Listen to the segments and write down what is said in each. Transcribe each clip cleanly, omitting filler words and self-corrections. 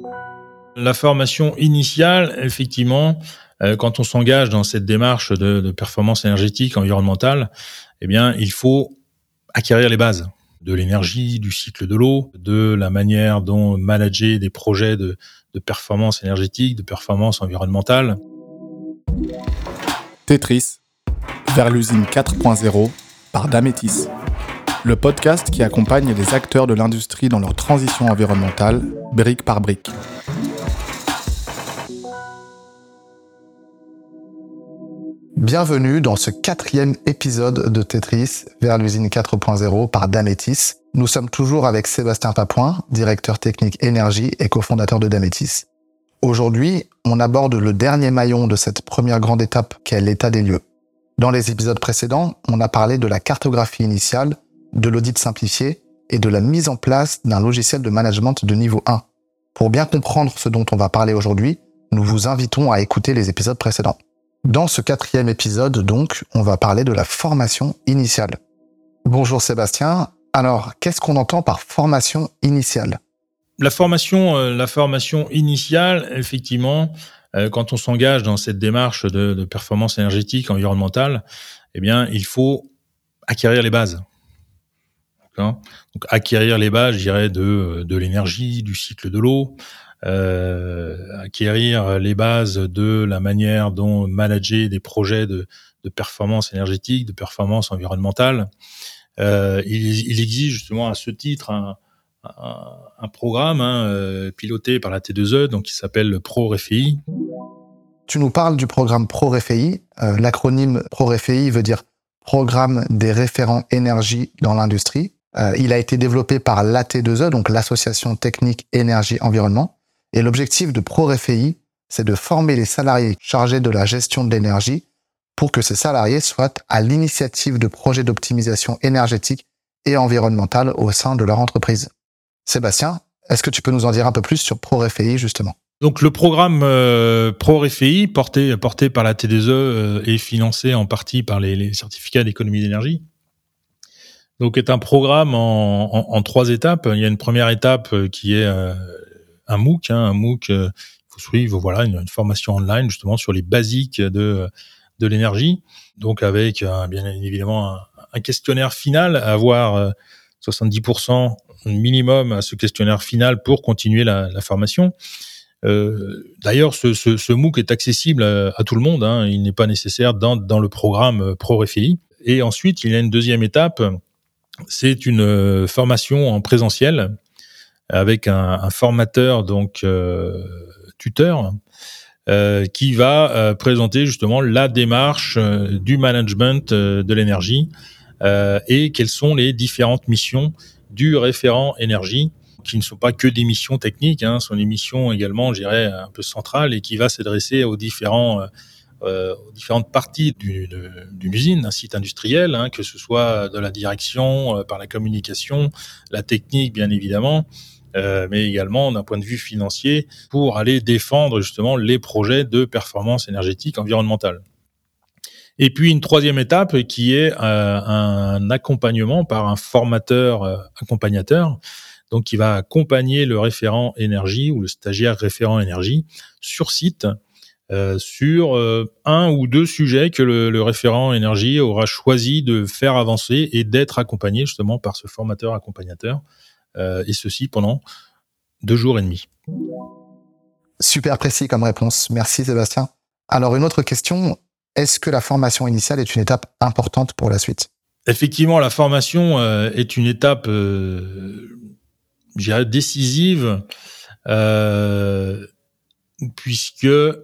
La formation initiale, effectivement, quand on s'engage dans cette démarche de performance énergétique, environnementale, eh bien, il faut acquérir les bases de l'énergie, du cycle de l'eau, de la manière dont manager des projets de performance énergétique, de performance environnementale. Tetris, vers l'usine 4.0 par Damétis. Le podcast qui accompagne les acteurs de l'industrie dans leur transition environnementale, brique par brique. Bienvenue dans ce 4e épisode de Tetris, vers l'usine 4.0 par Damétis. Nous sommes toujours avec Sébastien Papoin, directeur technique énergie et cofondateur de Damétis. Aujourd'hui, on aborde le dernier maillon de cette première grande étape qu'est l'état des lieux. Dans les épisodes précédents, on a parlé de la cartographie initiale, de l'audit simplifié et de la mise en place d'un logiciel de management de niveau 1. Pour bien comprendre ce dont on va parler aujourd'hui, nous vous invitons à écouter les épisodes précédents. Dans ce 4e épisode, donc, on va parler de la formation initiale. Bonjour Sébastien. Alors, qu'est-ce qu'on entend par formation initiale ? La formation initiale, effectivement, quand on s'engage dans cette démarche de performance énergétique, environnementale, eh bien, il faut acquérir les bases. D'accord ? Donc, acquérir les bases, je dirais, de l'énergie, du cycle de l'eau, acquérir les bases de la manière dont manager des projets de performance énergétique, de performance environnementale. Il existe justement à ce titre un programme piloté par la T2E, donc qui s'appelle le ProReFI. Tu nous parles du programme ProReFI. L'acronyme ProReFI veut dire Programme des référents énergie dans l'industrie. Il a été développé par l'AT2E, donc l'Association technique énergie-environnement. Et l'objectif de ProReFI, c'est de former les salariés chargés de la gestion de l'énergie pour que ces salariés soient à l'initiative de projets d'optimisation énergétique et environnementale au sein de leur entreprise. Sébastien, est-ce que tu peux nous en dire un peu plus sur ProReFI, justement ? Donc le programme ProReFI, porté par la T2E et financé en partie par les certificats d'économie d'énergie, donc est un programme en 3 étapes. Il y a une première étape qui est un MOOC. Un MOOC, il faut suivre une formation online justement sur les basiques de l'énergie. Donc avec bien évidemment un questionnaire final, à avoir 70% minimum à ce questionnaire final pour continuer la formation. D'ailleurs, ce MOOC est accessible à tout le monde. Il n'est pas nécessaire dans le programme ProReFI. Et ensuite, il y a une deuxième étape. C'est une formation en présentiel avec un formateur, donc tuteur, qui va présenter justement la démarche du management de l'énergie et quelles sont les différentes missions du référent énergie, qui ne sont pas que des missions techniques, sont des missions également, je dirais, un peu centrales et qui va s'adresser aux différentes parties d'une usine, d'un site industriel, que ce soit de la direction, par la communication, la technique bien évidemment, mais également d'un point de vue financier pour aller défendre justement les projets de performance énergétique environnementale. Et puis une troisième étape qui est un accompagnement par un formateur accompagnateur, donc qui va accompagner le référent énergie ou le stagiaire référent énergie sur site sur un ou deux sujets que le référent énergie aura choisi de faire avancer et d'être accompagné justement par ce formateur accompagnateur, et ceci pendant 2 jours et demi. Super précis comme réponse. Merci Sébastien. Alors une autre question, est-ce que la formation initiale est une étape importante pour la suite ? Effectivement, la formation est une étape, je dirais, décisive, puisque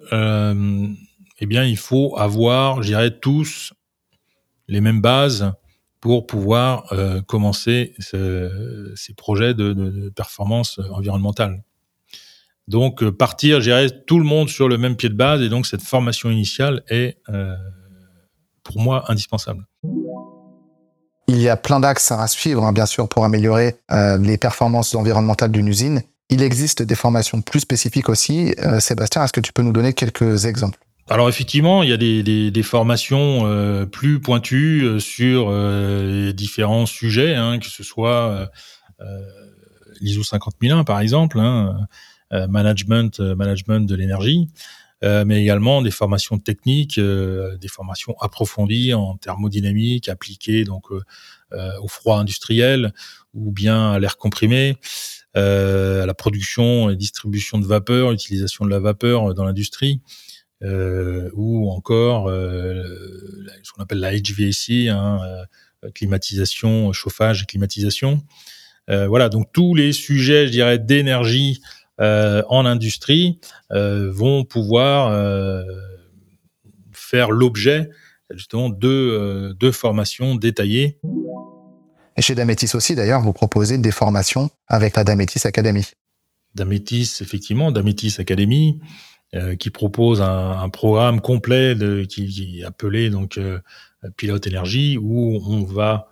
il faut avoir, je dirais, tous les mêmes bases pour pouvoir commencer ces projets de performance environnementale. Donc, partir, je dirais, tout le monde sur le même pied de base, et donc cette formation initiale est, pour moi, indispensable. Il y a plein d'axes à suivre, bien sûr, pour améliorer les performances environnementales d'une usine. Il existe des formations plus spécifiques aussi. Sébastien, est-ce que tu peux nous donner quelques exemples ? Alors effectivement, il y a des formations plus pointues sur différents sujets, que ce soit l'ISO 50001 par exemple, management de l'énergie, mais également des formations techniques, des formations approfondies en thermodynamique appliquées donc au froid industriel ou bien à l'air comprimé, à la production et distribution de vapeur, utilisation de la vapeur dans l'industrie, ou encore ce qu'on appelle la HVAC, climatisation, chauffage et climatisation. Voilà, donc tous les sujets, je dirais, d'énergie en industrie vont pouvoir faire l'objet justement de formations détaillées. Et chez Dametis aussi, d'ailleurs, vous proposez des formations avec la Dametis Academy. Dametis, effectivement, Dametis Academy, qui propose un programme complet qui est appelé donc Pilote Énergie, où on va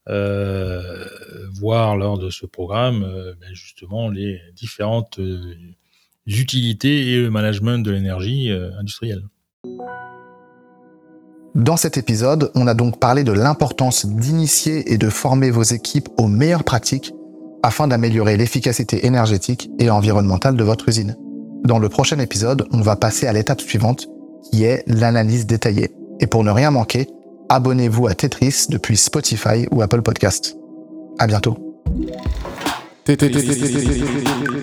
voir lors de ce programme justement les différentes utilités et le management de l'énergie industrielle. Dans cet épisode, on a donc parlé de l'importance d'initier et de former vos équipes aux meilleures pratiques afin d'améliorer l'efficacité énergétique et environnementale de votre usine. Dans le prochain épisode, on va passer à l'étape suivante, qui est l'analyse détaillée. Et pour ne rien manquer, abonnez-vous à Tetris depuis Spotify ou Apple Podcast. À bientôt.